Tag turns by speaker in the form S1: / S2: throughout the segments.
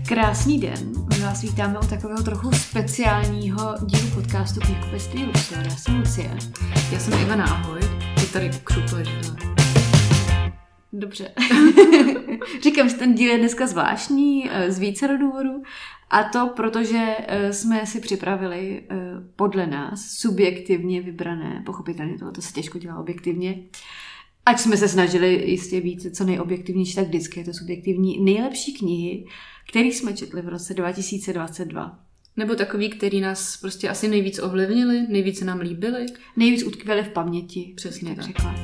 S1: Krásný den, my vás vítáme u takového trochu speciálního dílu podcastu Knihkupectví Luxor. Já jsem Lucie.
S2: Já jsem Ivana, ahoj. Ty tady křupuješ.
S1: Dobře. Říkám, že ten díl je dneska zvláštní z vícero důvodů. A to protože jsme si připravili podle nás subjektivně vybrané, pochopitelně to se těžko dělá objektivně, ať jsme se snažili jistě být co nejobjektivnější, tak vždycky je to subjektivní, nejlepší knihy, které jsme četli v roce 2022.
S2: Nebo takový, který nás prostě asi nejvíc ovlivnili, nejvíc se nám líbili.
S1: Nejvíc utkvěli v paměti.
S2: Přesně tak.
S1: Řekla.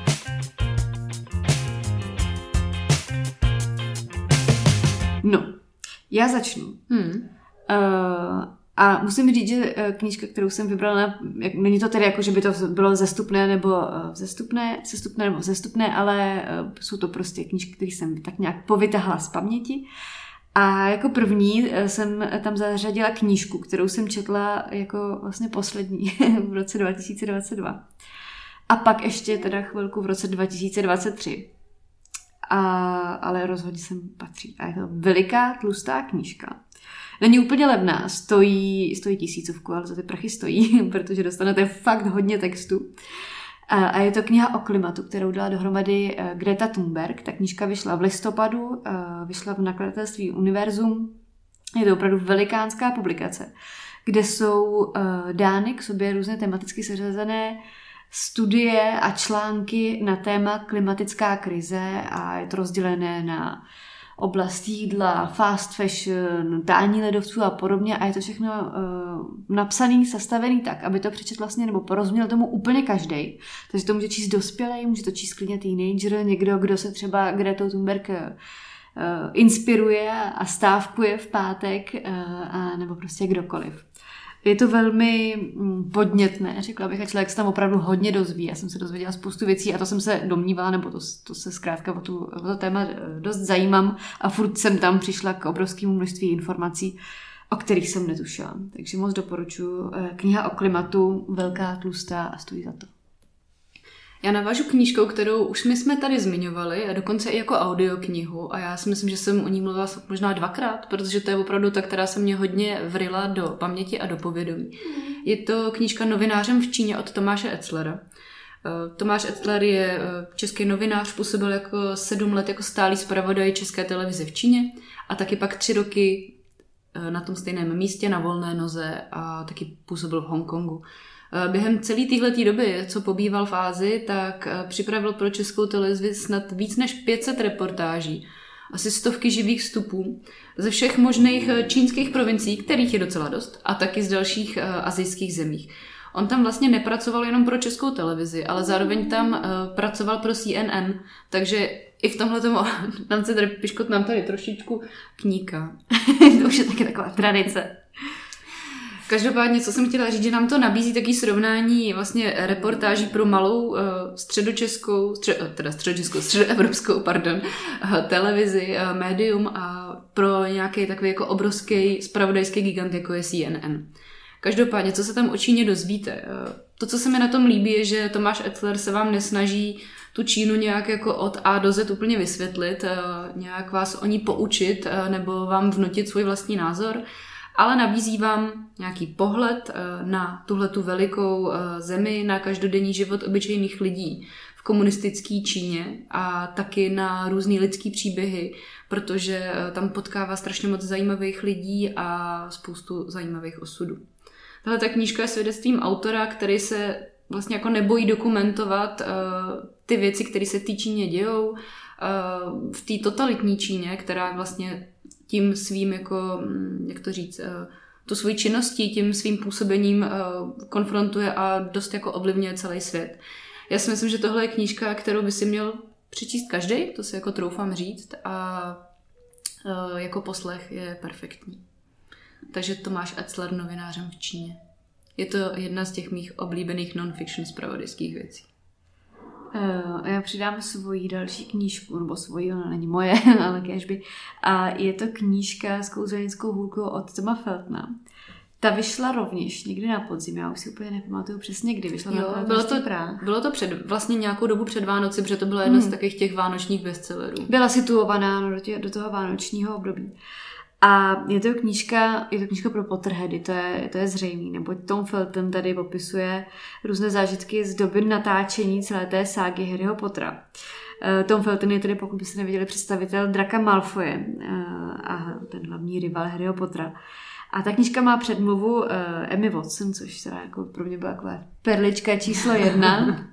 S1: No, já začnu. A musím říct, že knížka, kterou jsem vybrala, není to tedy jako, že by to bylo vzestupné nebo vzestupné, ale jsou to prostě knížky, které jsem tak nějak povytahla z paměti. A jako první jsem tam zařadila knížku, kterou jsem četla jako vlastně poslední v roce 2022. A pak ještě teda chvilku v roce 2023. Ale rozhodně sem patří. A je to veliká, tlustá knížka. Není úplně levná, stojí 1000, ale za ty prachy stojí, protože dostanete fakt hodně textu. A je to kniha o klimatu, kterou dala dohromady Greta Thunberg. Ta knížka vyšla v listopadu, vyšla v nakladatelství Univerzum. Je to opravdu velikánská publikace, kde jsou dány k sobě různé tematicky seřazené studie a články na téma klimatická krize a je to rozdělené na oblast jídla, fast fashion, tání ledovců a podobně a je to všechno napsaný, sestavený tak, aby to přečet vlastně nebo porozuměl tomu úplně každej. Takže to může číst dospělej, může to číst klidně teenager, někdo, kdo se třeba Gretou Thunberg inspiruje a stávkuje v pátek a nebo prostě kdokoliv. Je to velmi podnětné, řekla bych, a člověk se tam opravdu hodně dozví. Já jsem se dozvěděla spoustu věcí a to jsem se domnívala, nebo to se zkrátka o to téma dost zajímám a furt jsem tam přišla k obrovskému množství informací, o kterých jsem netušila. Takže moc doporučuji. Kniha o klimatu, velká, tlustá a stojí za to.
S2: Já navážu knížkou, kterou už my jsme tady zmiňovali a dokonce i jako audioknihu a já si myslím, že jsem o ní mluvila možná 2krát, protože to je opravdu ta, která se mě hodně vrila do paměti a do povědomí. Je to knížka Novinářem v Číně od Tomáše Etzlera. Tomáš Etzler je český novinář, působil jako 7 let jako stálý zpravodaj České televize v Číně a taky pak 3 roky na tom stejném místě na volné noze a taky působil v Hongkongu. Během celé téhleté doby, co pobýval v Ázii, tak připravil pro Českou televizi snad víc než 500 reportáží, asi 100 živých vstupů ze všech možných čínských provincií, kterých je docela dost, a taky z dalších asijských zemí. On tam vlastně nepracoval jenom pro Českou televizi, ale zároveň tam pracoval pro CNN, takže i v tomhletom nám se tady piškotnám tady trošičku kníka.
S1: To už je taky taková tradice.
S2: Každopádně, co jsem chtěla říct, že nám to nabízí taky srovnání vlastně reportáží pro malou středoevropskou televizi, médium a pro nějaký takový jako obrovský zpravodajský gigant, jako je CNN. Každopádně, co se tam o Číně dozvíte? To, co se mi na tom líbí, je, že Tomáš Etzler se vám nesnaží tu Čínu nějak jako od A do Z úplně vysvětlit, nějak vás o ní poučit nebo vám vnutit svůj vlastní názor, ale nabízí vám nějaký pohled na tuhletu velikou zemi, na každodenní život obyčejných lidí v komunistické Číně a taky na různý lidský příběhy, protože tam potkává strašně moc zajímavých lidí a spoustu zajímavých osudů. Tahle ta knížka je svědectvím autora, který se vlastně jako nebojí dokumentovat ty věci, které se v té Číně dějou, v té totalitní Číně, která vlastně tím svým, jako, jak to říct, tu svoji činností, tím svým působením konfrontuje a dost jako ovlivňuje celý svět. Já si myslím, že tohle je knížka, kterou by si měl přečíst každý, to si jako troufám říct, a jako poslech je perfektní. Takže Tomáš Etzler Novinářem v Číně. Je to jedna z těch mých oblíbených non-fiction zpravodajských věcí.
S1: Já přidám svoji další knížku, nebo svoji, ona není moje, ale kéžby. A je to knížka s kouzelnickou hůlkou od Toma Feltna. Ta vyšla rovněž někdy na podzim, já už si úplně nepamatuju přesně, kdy vyšla.
S2: Bylo to vlastně nějakou dobu před Vánoci, protože to byla jedna z takových těch vánočních bestsellerů.
S1: Byla situovaná do toho vánočního období. A je to knížka pro Potterheady, to je zřejmý, neboť Tom Felton tady popisuje různé zážitky z doby natáčení celé té ságy Harryho Pottera. Tom Felton je tedy, pokud byste neviděli, představitel Draka Malfoye a ten hlavní rival Harryho Pottera. A ta knížka má předmluvu Emmy Watson, což teda jako pro mě byla taková perlička číslo 1.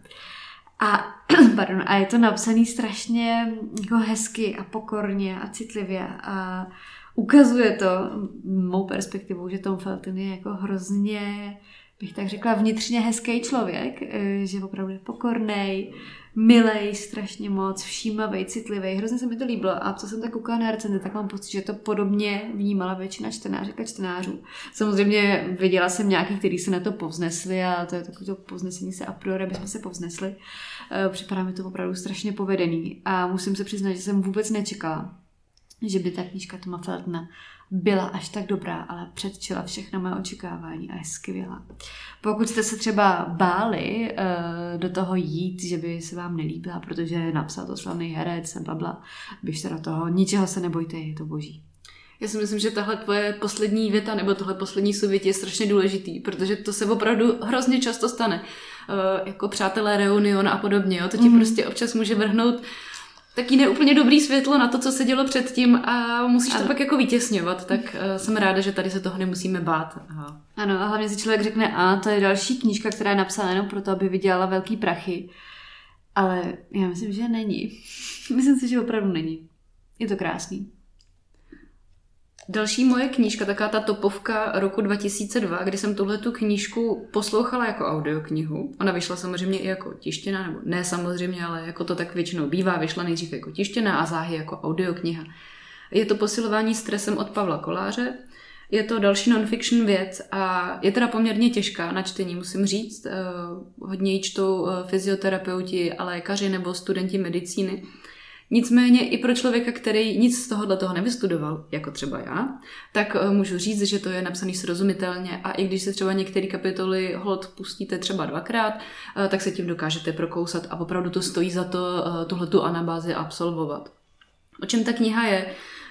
S1: A je to napsaný strašně jako hezky a pokorně a citlivě a ukazuje to mou perspektivou, že Tom Felton je jako hrozně, bych tak řekla, vnitřně hezký člověk, že opravdu je pokornej, milej strašně moc, všímavej, citlivý. Hrozně se mi to líbilo a co jsem tak koukala na recenze, tak mám pocit, že to podobně vnímala většina čtenářek a čtenářů. Samozřejmě viděla jsem nějaký, kteří se na to povznesli a to je takové to povznesení se a priori, aby jsme se povznesli. Připadá mi to opravdu strašně povedený a musím se přiznat, že jsem vůbec nečekala, že by ta knížka Toma Feltona byla až tak dobrá, ale předčila všechna moje očekávání a je skvělá. Pokud jste se třeba báli do toho jít, že by se vám nelíbila, protože napsal to slavný herec a blabla, běžte do toho, ničeho se nebojte, je to boží.
S2: Já si myslím, že tahle tvoje poslední věta nebo tohle poslední souvětí je strašně důležitý, protože to se opravdu hrozně často stane. Jako přátelé reunion a podobně, jo? To ti prostě občas může vrhnout taky neúplně dobrý světlo na to, co se dělo předtím a musíš to pak jako vytěsňovat, tak jsem ráda, že tady se toho nemusíme bát. Aha.
S1: Ano, a hlavně si člověk řekne, to je další knížka, která je napsána jenom proto, aby vydělala velký prachy, ale já myslím, že není. Myslím si, že opravdu není. Je to krásný.
S2: Další moje knížka, taková ta topovka roku 2002, kdy jsem tuhletu knížku poslouchala jako audioknihu. Ona vyšla samozřejmě i jako tištěná, nebo ne samozřejmě, ale jako to tak většinou bývá, vyšla nejdřív jako tištěná a záhy jako audiokniha. Je to Posilování stresem od Pavla Koláře. Je to další non-fiction věc a je teda poměrně těžká na čtení, musím říct. Hodně ji čtou fyzioterapeuti a lékaři nebo studenti medicíny. Nicméně i pro člověka, který nic z toho nevystudoval, jako třeba já, tak můžu říct, že to je napsaný srozumitelně a i když se třeba některé kapitoly hod pustíte třeba 2krát, tak se tím dokážete prokousat a opravdu to stojí za to tuhletu anabázi absolvovat. O čem ta kniha je?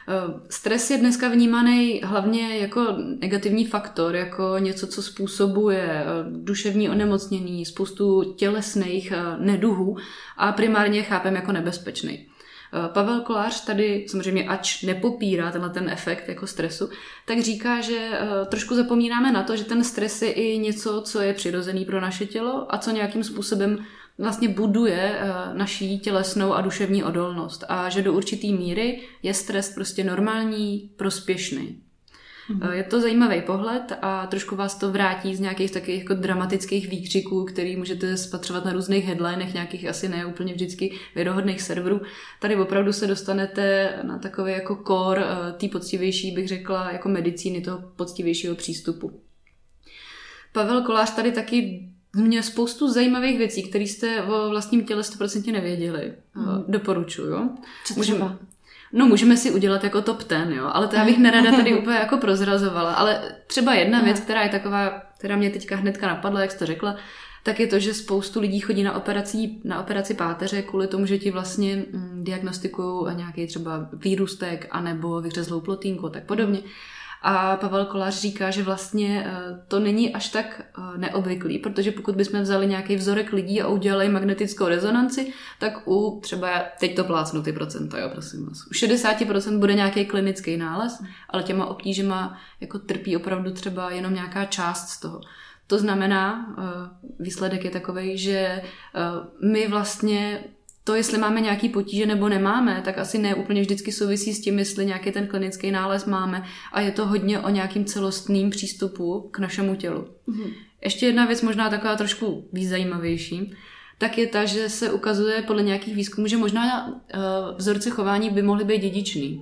S2: Stres je dneska vnímaný hlavně jako negativní faktor, jako něco, co způsobuje duševní onemocnění, spoustu tělesných neduhů a primárně chápem jako nebezpečný. Pavel Kolář tady samozřejmě, ač nepopírá ten efekt jako stresu, tak říká, že trošku zapomínáme na to, že ten stres je i něco, co je přirozený pro naše tělo a co nějakým způsobem vlastně buduje naší tělesnou a duševní odolnost a že do určitý míry je stres prostě normální, prospěšný. Je to zajímavý pohled a trošku vás to vrátí z nějakých takových jako dramatických výkřiků, který můžete spatřovat na různých headlinech, nějakých asi ne úplně vždycky věrohodných serverů. Tady opravdu se dostanete na takový jako core té poctivější, bych řekla, jako medicíny, toho poctivějšího přístupu. Pavel Kolář tady taky měl spoustu zajímavých věcí, které jste o vlastním těle 100% nevěděli. Doporučuju.
S1: Co třeba?
S2: Můžeme si udělat jako top 10, jo, ale to já bych nerada tady úplně jako prozrazovala, ale třeba jedna věc, která je taková, která mě teďka hnedka napadla, jak jsi to řekla, tak je to, že spoustu lidí chodí na operaci páteře kvůli tomu, že ti vlastně diagnostikují nějaký třeba výrůstek anebo vyřezlou plotínku a tak podobně. A Pavel Kolář říká, že vlastně to není až tak neobvyklý, protože pokud bychom vzali nějaký vzorek lidí a udělali magnetickou rezonanci, tak u třeba, teď to plácnu ty procenta, jo, prosím vás, u 60% bude nějaký klinický nález, ale těma obtížema jako trpí opravdu třeba jenom nějaká část z toho. To znamená, výsledek je takovej, že my vlastně to, jestli máme nějaký potíže nebo nemáme, tak asi ne úplně vždycky souvisí s tím, jestli nějaký ten klinický nález máme a je to hodně o nějakým celostným přístupu k našemu tělu. Ještě jedna věc, možná taková trošku víc zajímavější, tak je ta, že se ukazuje podle nějakých výzkumů, že možná vzorce chování by mohly být dědičný.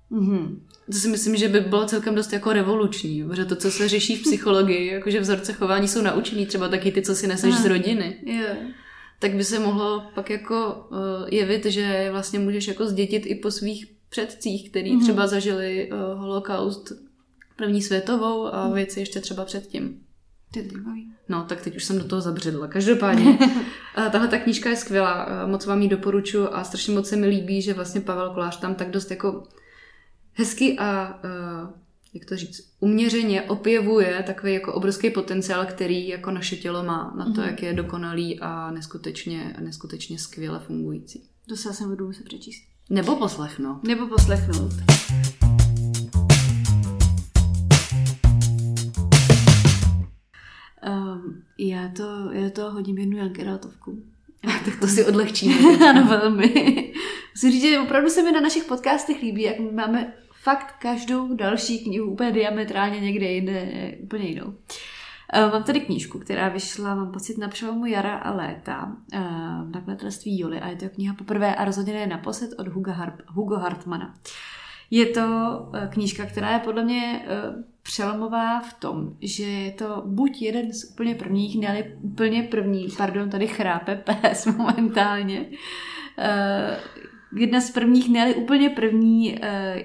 S2: To si myslím, že by bylo celkem dost jako revoluční, protože to, co se řeší v psychologii, jakože vzorce chování jsou naučený, třeba taky ty, co si neseš z rodiny. Tak by se mohlo pak jako jevit, že vlastně můžeš jako zdědit i po svých předcích, který třeba zažili holokaust, první světovou a věci ještě třeba předtím. No, tak teď už jsem do toho zabředla. Každopádně, tahle ta knížka je skvělá, moc vám ji doporučuji a strašně moc se mi líbí, že vlastně Pavel Kolář tam tak dost jako hezky a jak to říct, uměřeně objevuje takový jako obrovský potenciál, který jako naše tělo má na to, jak je dokonalý a neskutečně skvěle fungující.
S1: To se asi budu muset přečíst.
S2: Nebo poslechnout.
S1: Já to hodím jednu Jankerátovku.
S2: Tak to si odlehčíme.
S1: Ano, velmi. Musím říct, že opravdu se mi na našich podcastech líbí, jak máme fakt každou další knihu úplně diametrálně někde jinde, úplně jinou. Mám tady knížku, která vyšla, mám pocit, na přelomu jara a léta v nakladatelství Joly a je to kniha Poprvé a rozhodně ne naposled od Hugo Hartmana. Je to knížka, která je podle mě přelomová v tom, že je to buď jeden z úplně prvních, ne úplně první, tady chrápe pes momentálně, jedna z prvních, ne úplně první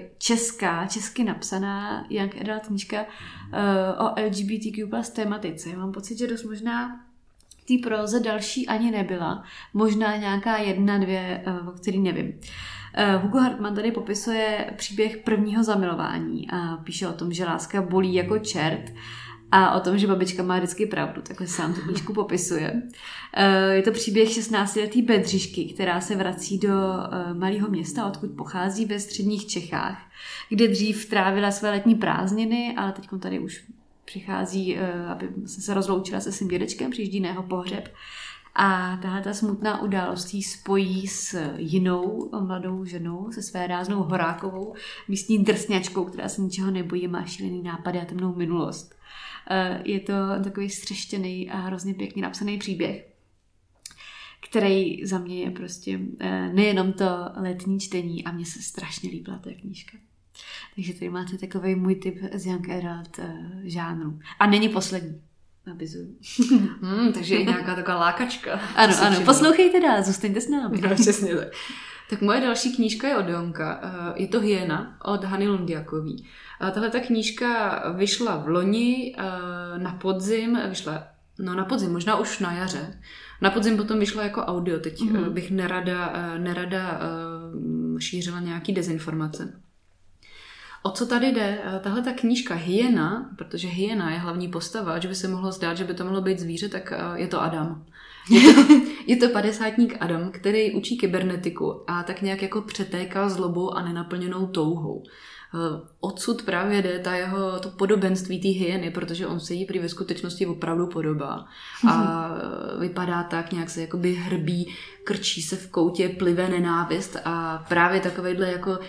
S1: česky napsaná young adult knížka o LGBTQ plus tématice. Mám pocit, že dost možná té próze další ani nebyla. Možná nějaká 1, 2, o který nevím. Hugo Hartman tady popisuje příběh prvního zamilování a píše o tom, že láska bolí jako čert a o tom, že babička má vždycky pravdu. Takhle sám tu knížku popisuje. Je to příběh 16letý Bedřišky, která se vrací do malého města, odkud pochází ve středních Čechách, kde dřív trávila své letní prázdniny, ale teď tady už přichází, aby se rozloučila se svým dědečkem, přijíždí na jeho pohřeb. A tahle ta smutná událost jí spojí s jinou mladou ženou, se své ráznou horákovou místní drsňačkou, která se ničeho nebojí, má šílený nápady a temnou minulost. Je to takový střeštěný a hrozně pěkně napsaný příběh, který za mě je prostě nejenom to letní čtení a mně se strašně líbila ta knížka. Takže tady máte takový můj tip z young adult žánru. A není poslední.
S2: Takže i nějaká taková lákačka.
S1: Ano, poslouchejte dál, zůstaňte s námi.
S2: No, přesně tak. Tak moje další knížka je od Jonka. Je to Hyena od Hany Lundiakový. Tahle ta knížka vyšla v loni na podzim, na podzim, možná už na jaře. Na podzim potom vyšla jako audio, teď bych nerada šířila nějaký dezinformace. O co tady jde? Tahle ta knížka Hyena, protože hyena je hlavní postava, ať by se mohlo zdát, že by to mohlo být zvíře, tak je to Adam. Je to padesátník Adam, který učí kybernetiku a tak nějak jako přetéká zlobou a nenaplněnou touhou. Odsud právě jde to podobenství té hyeny, protože on se jí prý ve skutečnosti opravdu podobá. A vypadá tak, nějak se jakoby hrbí, krčí se v koutě, plive nenávist a právě takovejhle jako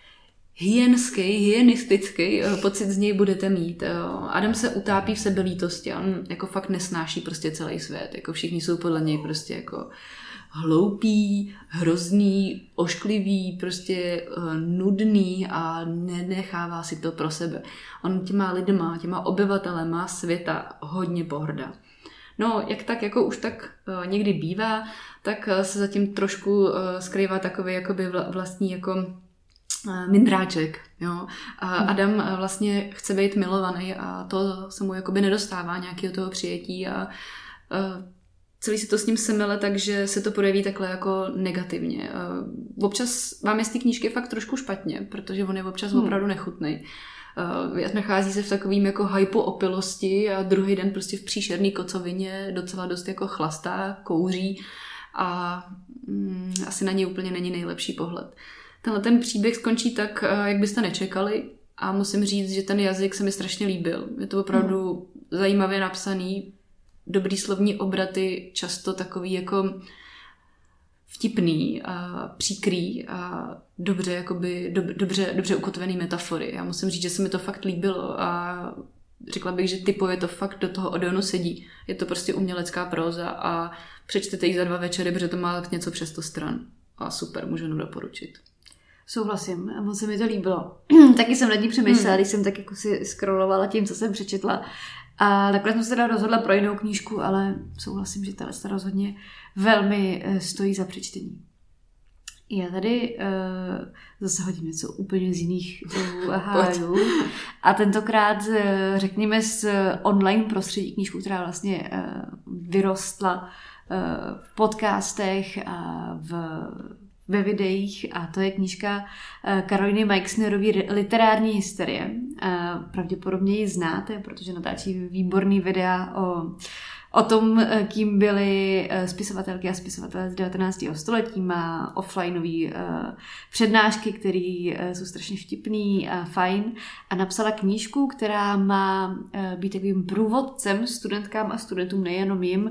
S2: hyenistický pocit z něj budete mít. Adam se utápí v sebelítosti a on jako fakt nesnáší prostě celý svět. Jako všichni jsou podle něj prostě jako hloupý, hrozný, ošklivý, prostě nudný a nenechává si to pro sebe. On těma lidma, těma obyvatelema světa hodně pohrdá. No, jak tak, jako už tak někdy bývá, tak se zatím trošku skrývá takový jakoby vlastní jako mindráček. Jo? A Adam vlastně chce být milovaný a to se mu jakoby nedostává nějakého toho přijetí a celý se to s ním semele, takže se to projeví takhle jako negativně. Občas vám je z té knížky fakt trošku špatně, protože on je občas opravdu nechutný. Nachází se v takovým jako hypu opilosti a druhý den prostě v příšerný kocovině docela dost jako chlastá, kouří a asi na něj úplně není nejlepší pohled. Ten příběh skončí tak, jak byste nečekali a musím říct, že ten jazyk se mi strašně líbil. Je to opravdu zajímavě napsaný, dobrý slovní obraty, často takový jako vtipný a příkrý a dobře ukotvený metafory. Já musím říct, že se mi to fakt líbilo a řekla bych, že typově to fakt do toho Odeonu sedí. Je to prostě umělecká próza a přečtete ji za 2 večery, protože to má něco přes 100 stran. A super, můžu jenom doporučit.
S1: Souhlasím, a moc se mi to líbilo. Taky jsem nad ní přemýšlela, když jsem tak jako si scrollovala tím, co jsem přečetla. A nakonec jsem se teda rozhodla pro jinou knížku, ale souhlasím, že tahle rozhodně velmi stojí za přečtení. Já tady zase hodím něco úplně z jiných hájů. A tentokrát řekněme z online prostředí knížku, která vlastně vyrostla v podcastech a v ve videích a to je knížka Karoliny Meixnerový Literární hysterie. Pravděpodobně ji znáte, protože natáčí výborný videa o tom, kým byly spisovatelky a spisovatelé z 19. století. Má offlineový přednášky, které jsou strašně vtipný a fajn. A napsala knížku, která má být takovým průvodcem studentkám a studentům, nejenom jim,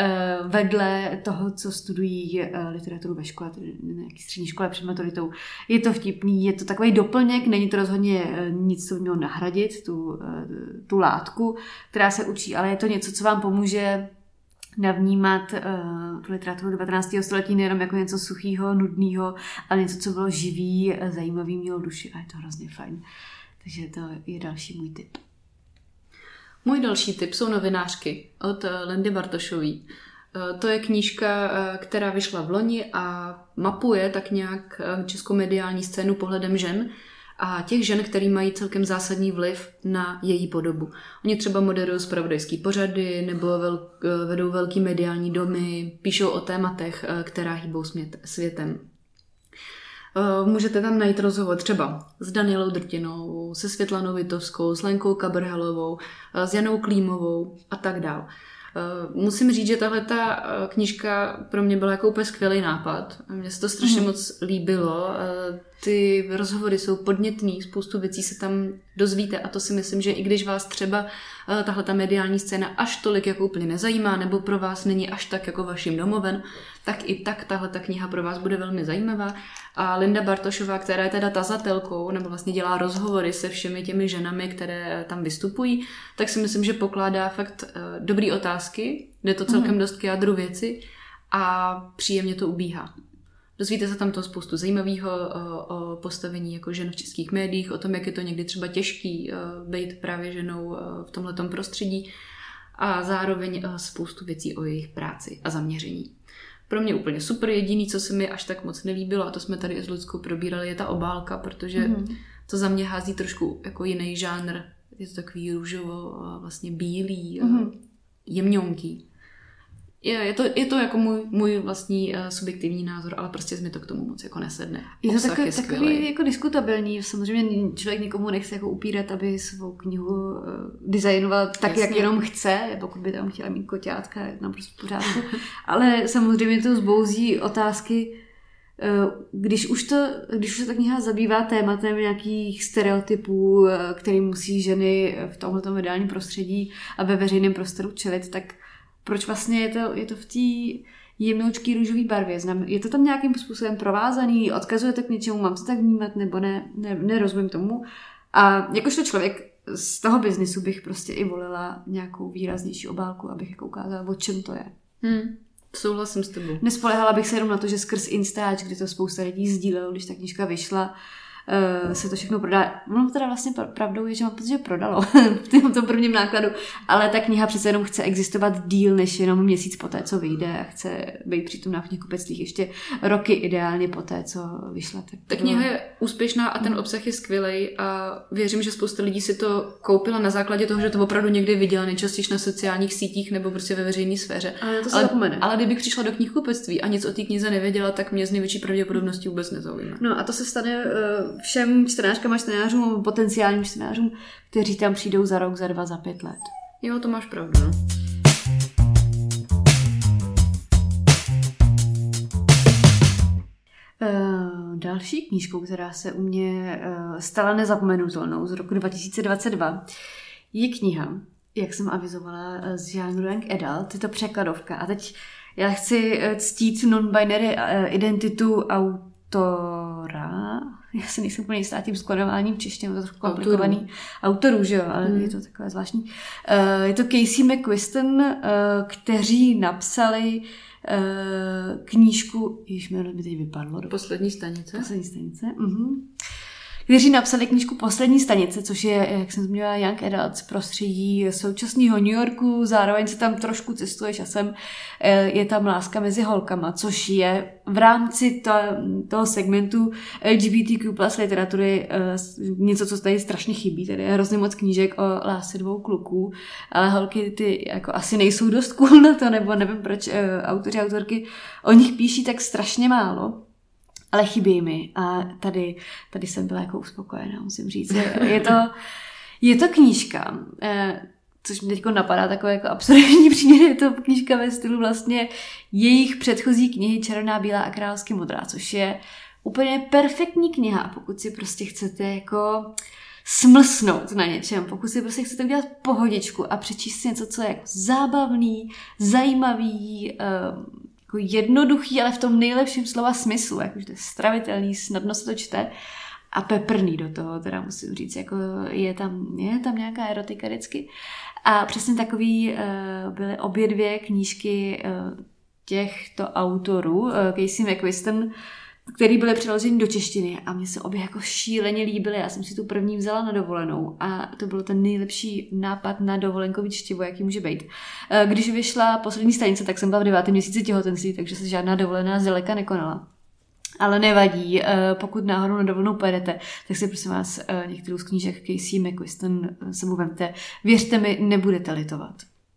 S1: vedle toho, co studují literaturu ve škole, tedy nějaký střední škole před maturitou. Je to vtipný, je to takový doplněk, není to rozhodně nic, co by mělo nahradit tu látku, která se učí, ale je to něco, co vám pomůže navnímat tu literaturu 19. století nejenom jako něco suchého, nudného, ale něco, co bylo živý, zajímavý, mělo duši a je to hrozně fajn. Takže to je další můj tip.
S2: Můj další tip jsou novinářky od Lindy Bartošové. To je knížka, která vyšla v loni a mapuje tak nějak českou mediální scénu pohledem žen a těch žen, který mají celkem zásadní vliv na její podobu. Oni třeba moderují zpravodajský pořady nebo vedou velký mediální domy, píšou o tématech, která hýbou světem. Můžete tam najít rozhovor třeba s Danielou Drtinou, se Světlanou Vitovskou, s Lenkou Kabrhelovou, s Janou Klímovou a tak dál. Musím říct, že tahle ta knížka pro mě byla jako úplně skvělý nápad. Mně se to strašně moc líbilo. Ty rozhovory jsou podnětný, spoustu věcí se tam dozvíte a to si myslím, že i když vás třeba tahle ta mediální scéna až tolik jako úplně nezajímá nebo pro vás není až tak jako vaším domovem, tak i tak tahle ta kniha pro vás bude velmi zajímavá. A Linda Bartošová, která je teda tazatelkou nebo vlastně dělá rozhovory se všemi těmi ženami, které tam vystupují, tak si myslím, že pokládá fakt dobrý otázky, jde to celkem dost k jádru věci a příjemně to ubíhá. Dozvíte se tam toho spoustu zajímavého o postavení jako žen v českých médiích, o tom, jak je to někdy třeba těžký být právě ženou v tomhletom prostředí a zároveň spoustu věcí o jejich práci a zaměření. Pro mě úplně super, jediný, co se mi až tak moc nelíbilo, a to jsme tady s Luckou probírali, je ta obálka, protože to za mě hází trošku jako jiný žánr. Je to takový růžovo, vlastně bílý, jemňonký. Je to jako můj vlastní subjektivní názor, ale prostě mi to k tomu moc jako nesedne.
S1: Je to takový jako diskutabilní. Samozřejmě člověk nikomu nechce jako upírat, aby svou knihu designoval tak, jak jenom chce, pokud by tam chtěla mít koťátka, je tam prostě v pořádku. Ale samozřejmě to zbouzí otázky, když už se ta kniha zabývá tématem nějakých stereotypů, který musí ženy v tomhletom mediálním prostředí a ve veřejném prostoru čelit, tak proč vlastně je to v té jemnoučký růžový barvě? Je to tam nějakým způsobem provázaný? Odkazuje to k něčemu? Mám to tak vnímat? Nebo nerozumím tomu? A jakožto člověk z toho biznisu bych prostě i volila nějakou výraznější obálku, abych jako ukázala, o čem to je.
S2: Souhlasím s tebou.
S1: Nespoléhala bych se jenom na to, že skrz Instač, kdy to spousta lidí sdílelo, když ta knížka vyšla, se to všechno prodá. No teda vlastně pravdou je, že mám pocit, že prodalo v tom prvním nákladu, ale ta kniha přece jenom chce existovat díl než jenom měsíc poté, co vyjde a chce být přítomná v knihkupectvích ještě roky ideálně poté, co vyšla.
S2: Ta kniha je úspěšná a ten obsah je skvělej a věřím, že spousta lidí si to koupila na základě toho, že to opravdu někdy viděla, nejčastěji na sociálních sítích nebo prostě ve veřejné sféře. Ale kdybych přišla do knihkupectví a nic o té knize nevěděla, tak mě z největší pravděpodobností vůbec nezaujímá.
S1: No a to se stane všem čtenářkám a čtenářům, potenciálním čtenářům, kteří tam přijdou za rok, za 2, za 5 let.
S2: Jo, to máš pravdu. No.
S1: Další knížkou, která se u mě stala nezapomenutelnou z roku 2022, je kniha, jak jsem avizovala, z žánru Young Adult. Je to překladovka. A teď já chci ctít non-binary identitu autora. Já se nejsem úplně jistá tím sklonováním v češtině, to je trochu komplikovaný. Autorů, že jo, ale je to takové zvláštní. Je to Casey McQuiston, kteří napsali knížku, jméno mi teď vypadlo.
S2: Poslední stanice.
S1: Kteří napsali knížku Poslední stanice, což je, jak jsem zmínila, Young Adult z prostředí současného New Yorku, zároveň se tam trošku cestuje časem, je tam láska mezi holkama, což je v rámci toho segmentu LGBTQ plus literatury něco, co tady strašně chybí. Tady je hrozně moc knížek o lásce 2 kluků, ale holky ty jako asi nejsou dost cool na to, nebo nevím, proč autoři, autorky o nich píší tak strašně málo. ale chybí mi a tady jsem byla jako uspokojená, musím říct. Je to knížka, což mi teď napadá takové jako absurdní příměr, je to knížka ve stylu vlastně jejich předchozí knihy Červená, bílá a královsky modrá, což je úplně perfektní kniha, pokud si prostě chcete jako smlsnout na něčem, pokud si prostě chcete udělat pohodičku a přečíst si něco, co je jako zábavný, zajímavý, jako jednoduchý, ale v tom nejlepším slova smyslu, jakože to je stravitelný, snadno se to čte a peprný do toho, teda musím říct, jako je tam nějaká erotika vždycky. A přesně takový byly obě dvě knížky těchto autorů, Casey McQuiston, který byly přeloženy do češtiny a mně se obě jako šíleně líbily. Já jsem si tu první vzala na dovolenou a to byl ten nejlepší nápad na dovolenkový čtivo, jaký může být. Když vyšla poslední stanice, tak jsem byla v 9. měsíci těhotenství, takže se žádná dovolená zdaleka nekonala. Ale nevadí, pokud náhodou na dovolenou pojedete, tak si prosím vás některou z knížek Casey McQuiston sebou vemte. Věřte mi, nebudete litovat.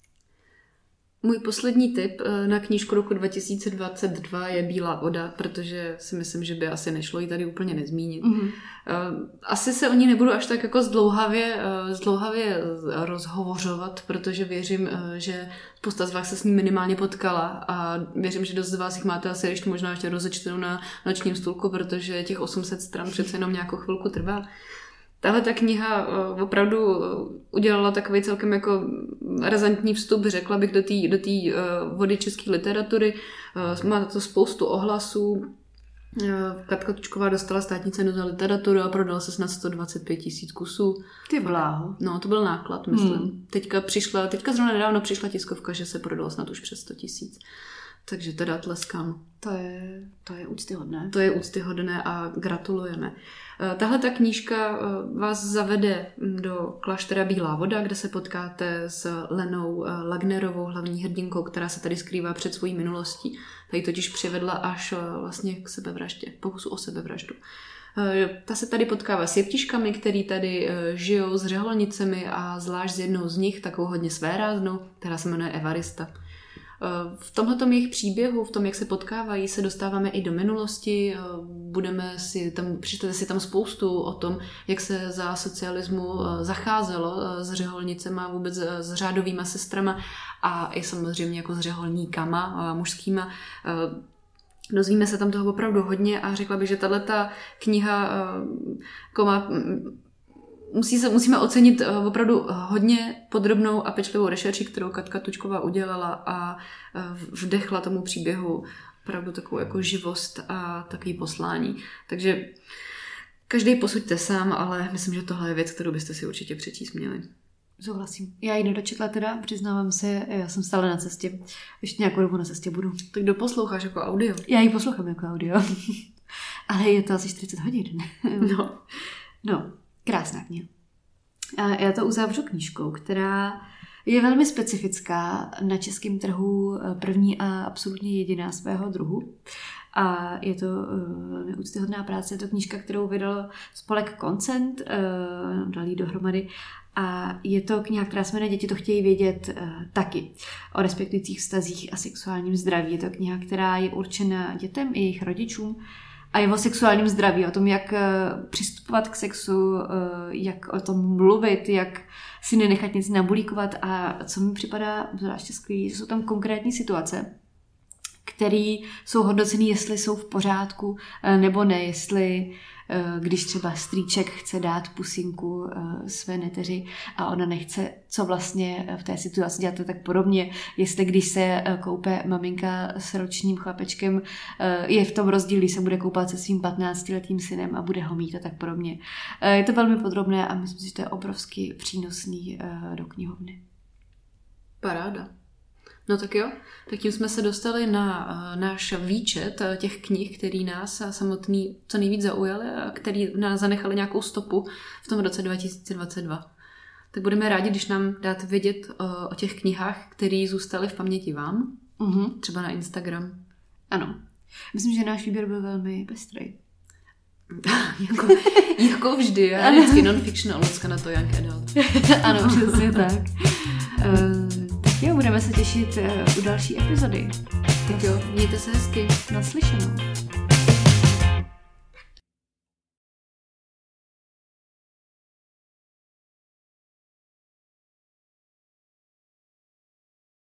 S2: Můj poslední tip na knížku roku 2022 je Bílá voda, protože si myslím, že by asi nešlo ji tady úplně nezmínit. Mm-hmm. Asi se o ní nebudu až tak jako zdlouhavě rozhovořovat, protože věřím, že spousta z vás se s ní minimálně potkala a věřím, že dost z vás jich máte asi ještě možná ještě rozečtenou na nočním stůlku, protože těch 800 stran přece jenom nějakou chvilku trvá. Tahle ta kniha opravdu udělala takový celkem jako razantní vstup, řekla bych, do té vody české literatury. Má to spoustu ohlasů. Katka Tučková dostala státní cenu za literaturu a prodala se snad 125 000 kusů.
S1: Ty bláho.
S2: No, to byl náklad, myslím. Teďka zrovna nedávno přišla tiskovka, že se prodala snad už přes 100 000. Takže teda tleskám.
S1: To je úctyhodné.
S2: To je úctyhodné a gratulujeme. Tahle ta knížka vás zavede do kláštera Bílá voda, kde se potkáte s Lenou Lagnerovou, hlavní hrdinkou, která se tady skrývá před svojí minulostí. Tady totiž přivedla až vlastně k sebevraždě, pokusu o sebevraždu. Ta se tady potkává s jeptiškami, který tady žijou s řeholnicemi a zvlášť s jednou z nich, takovou hodně svéráznou, která se jmenuje Evarista. V tomhletom jejich příběhu, v tom, jak se potkávají, se dostáváme i do minulosti. Přečtete si tam spoustu o tom, jak se za socialismu zacházelo s řeholnicema, vůbec s řádovýma sestrama a i samozřejmě jako s řeholníkama mužskýma. Dozvíme se tam toho opravdu hodně a řekla bych, že tato kniha má... Musíme ocenit opravdu hodně podrobnou a pečlivou rešerši, kterou Katka Tučková udělala a vdechla tomu příběhu opravdu takovou jako živost a takový poslání. Takže každý posuďte sám, ale myslím, že tohle je věc, kterou byste si určitě přečíst měli.
S1: Souhlasím. Já ji nedočetla teda, přiznávám se, já jsem stále na cestě. Ještě nějakou dobu na cestě budu.
S2: Tak doposloucháš jako audio?
S1: Já ji poslouchám jako audio. Ale je to asi 40 hodin. No. Krásná kniha. Já to uzavřu knížkou, která je velmi specifická na českém trhu, první a absolutně jediná svého druhu. A je to velmi úctyhodná práce. Je to knížka, kterou vydal spolek Koncent, dal jí dohromady. A je to kniha, která se jmenuje Děti to chtějí vědět taky. O respektujících vztazích a sexuálním zdraví. Je to kniha, která je určena dětem i jejich rodičům. A je o sexuálním zdraví, o tom, jak přistupovat k sexu, jak o tom mluvit, jak si nenechat nic nabulíkovat a co mi připadá zvláště skvělý, že jsou tam konkrétní situace, které jsou hodnoceny, jestli jsou v pořádku nebo ne, jestli když třeba strýček chce dát pusinku své neteři a ona nechce, co vlastně v té situaci dělat, tak podobně. Jestli když se koupe maminka s ročním chlapečkem, je v tom rozdíl, když se bude koupat se svým 15letým synem a bude ho mít a tak podobně. Je to velmi podrobné a myslím si, že to je obrovsky přínosný do knihovny.
S2: Paráda. No tak jo, tak tím jsme se dostali na náš výčet těch knih, který nás samotný co nejvíc zaujaly a který nás zanechali nějakou stopu v tom roce 2022. Tak budeme rádi, když nám dáte vědět o těch knihách, které zůstaly v paměti vám, třeba na Instagram.
S1: Ano, myslím, že náš výběr byl velmi pestrý.
S2: jako vždy, já vždycky non-fiction a Lucka na to young adult.
S1: Ano, přesně tak. Jo, budeme se těšit u další epizody.
S2: Tak jo, mějte se hezky.
S1: Naslyšenou.